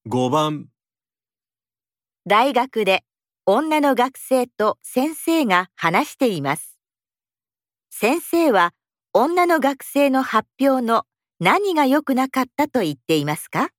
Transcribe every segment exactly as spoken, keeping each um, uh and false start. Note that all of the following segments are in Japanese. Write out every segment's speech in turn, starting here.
ごばん、 大学で女の学生と先生が話しています。先生は女の学生の発表の何が良くなかったと言っていますか？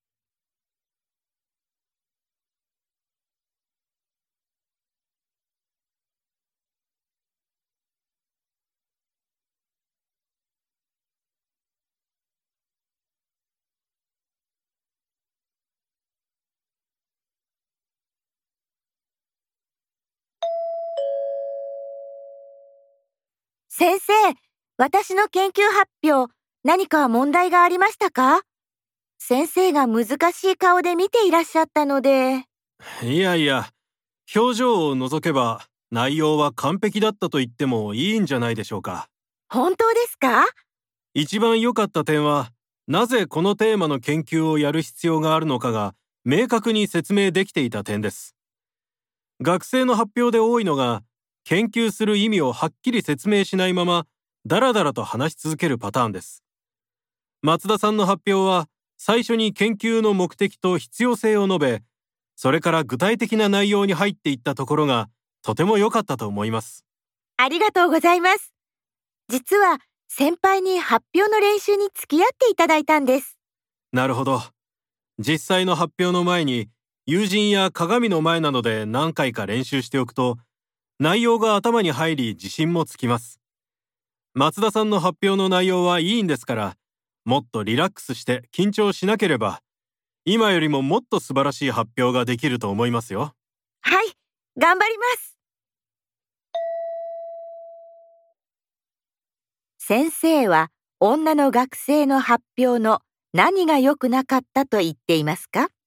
先生、私の研究発表、何か問題がありましたか？先生が難しい顔で見ていらっしゃったので。 いやいや、表情を除けば内容は完璧だったと言ってもいいんじゃないでしょうか。 本当ですか？ 一番良かった点は、なぜこのテーマの研究をやる必要があるのかが明確に説明できていた点です。学生の発表で多いのが、研究する意味をはっきり説明しないまま、だらだらと話し続けるパターンです。松田さんの発表は、最初に研究の目的と必要性を述べ、それから具体的な内容に入っていったところが、とても良かったと思います。 ありがとうございます。実は先輩に発表の練習に付き合っていただいたんです。 なるほど。実際の発表の前に、友人や鏡の前などで何回か練習しておくと、内容が頭に入り自信もつきます。松田さんの発表の内容はいいんですから、もっとリラックスして緊張しなければ、今よりももっと素晴らしい発表ができると思いますよ。 はい、頑張ります。先生は女の学生の発表の何が良くなかったと言っていますか？